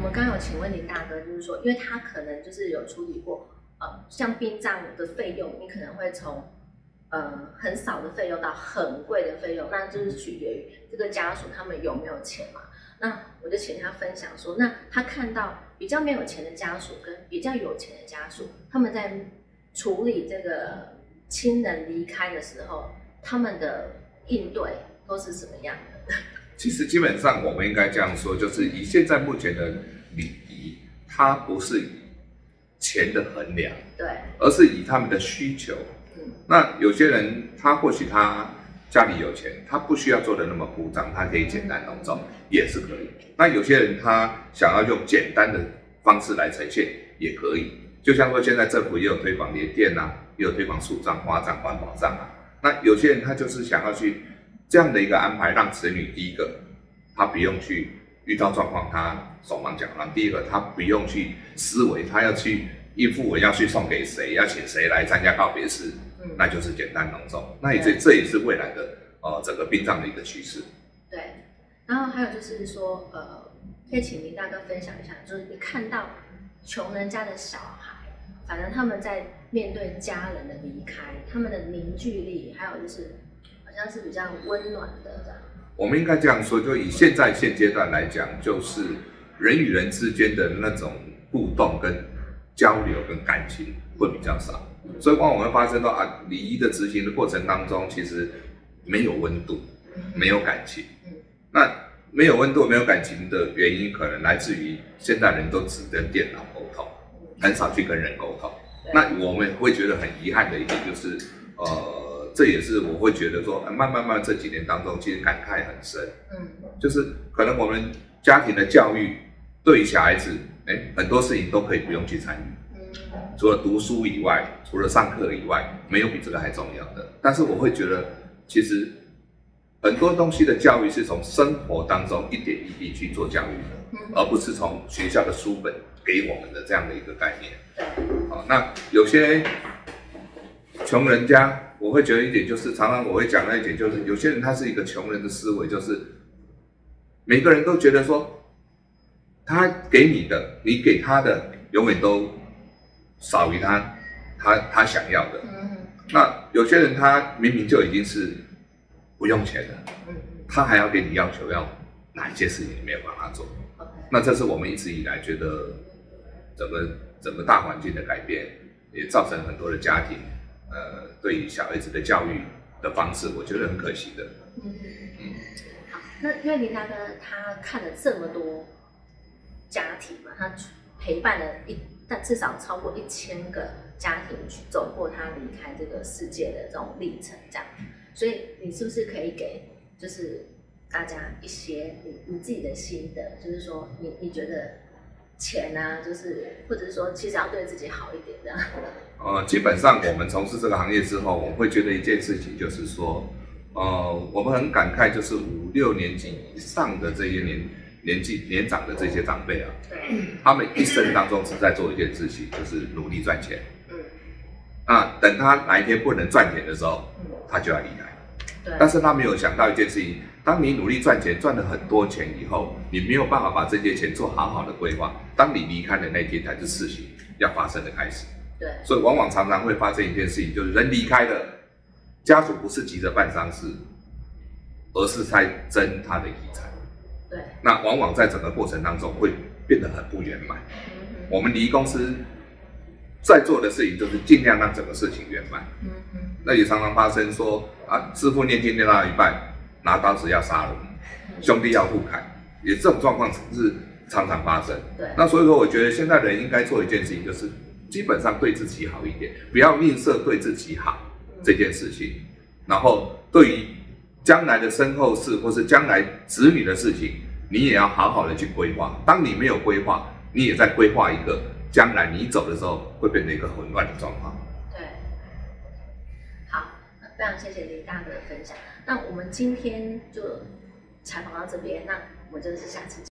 们刚刚有请问林大哥，就是说，因为他可能就是有处理过，像殡葬的费用，你可能会从很少的费用到很贵的费用，那就是取决于这个家属他们有没有钱嘛。那我就请他分享说，那他看到比较没有钱的家属跟比较有钱的家属，他们在处理这个亲人离开的时候，他们的应对都是什么样的？ 其实基本上我们应该这样说，就是以现在目前的礼仪，它不是以钱的衡量， 对， 而是以他们的需求。那有些人他或许他家里有钱，他不需要做的那么铺张，他可以简单隆重，也是可以。那有些人他想要用简单的方式来呈现，也可以。就像说现在政府也有推广联电啊，也有推广树葬、花葬、环保葬啊。那有些人他就是想要去这样的一个安排，让子女第一个他不用去遇到状况他手忙脚乱，第一个他不用去思维他要去应付我要去送给谁，要请谁来参加告别式，那就是简单隆重。那这也是未来的整个殡葬的一个趋势。 对，然后还有就是说，可以请林大哥分享一下，就是你看到穷人家的小孩，反正他们在面对家人的离开，他们的凝聚力，还有就是好像是比较温暖的这样。 我们应该这样说，就以现阶段来讲，就是人与人之间的那种互动跟交流跟感情会比较少，所以往往会发生到礼仪的执行的过程当中，其实没有温度，没有感情。那没有温度、没有感情的原因，可能来自于现代人都只跟电脑沟通，很少去跟人沟通。那我们会觉得很遗憾的一点就是，这也是我会觉得说，慢慢这几年当中，其实感慨很深。就是可能我们家庭的教育对于小孩子，很多事情都可以不用去参与，除了读书以外，除了上课以外，没有比这个还重要的。但是我会觉得，其实很多东西的教育是从生活当中一点一滴去做教育的，而不是从学校的书本给我们的这样的一个概念。那有些穷人家，我会觉得一点就是，常常我会讲那一点就是，有些人他是一个穷人的思维，就是每个人都觉得说，他给你的，你给他的，永远都少于他想要的。那有些人他明明就已经是不用钱的，他还要给你要求要哪一些事情你没有帮他做。那这是我们一直以来觉得整个大环境的改变，也造成很多的家庭对于小孩子的教育的方式，我觉得很可惜的。 好，那因为林大哥他看了这么多家庭嘛，他陪伴了但至少超过1000个家庭去走过他离开这个世界的这种历程，这样，所以你是不是可以给就是大家一些你自己的心得，就是说你觉得钱啊，就是或者是说其实要对自己好一点这样。 基本上我们从事这个行业之后，我会觉得一件事情就是说，我们很感慨，就是5、6年级以上的这些年长的这些长辈啊，他们一生当中只在做一件事情，就是努力赚钱。那等他哪一天不能赚钱的时候，他就要离开。但是他没有想到一件事情，当你努力赚钱，赚了很多钱以后，你没有办法把这些钱做好好的规划，当你离开的那天，才是事情要发生的开始。所以往往常常会发生一件事情，就是人离开了，家属不是急着办丧事，而是在争他的遗产。那往往在整个过程当中会变得很不圆满。我们礼仪公司在做的事情就是尽量让整个事情圆满。那也常常发生说师傅念经念到一半，拿刀子要杀人，兄弟要互砍，也这种状况是常常发生。那所以说，我觉得现在人应该做一件事情，就是基本上对自己好一点，不要吝啬对自己好这件事情。然后对于将来的身后事或是将来子女的事情，你也要好好的去规划。当你没有规划，你也在规划一个将来你走的时候会变成一个混乱的状况。 好，非常谢谢林大哥的分享。那我们今天就采访到这边，那我们就是下次见。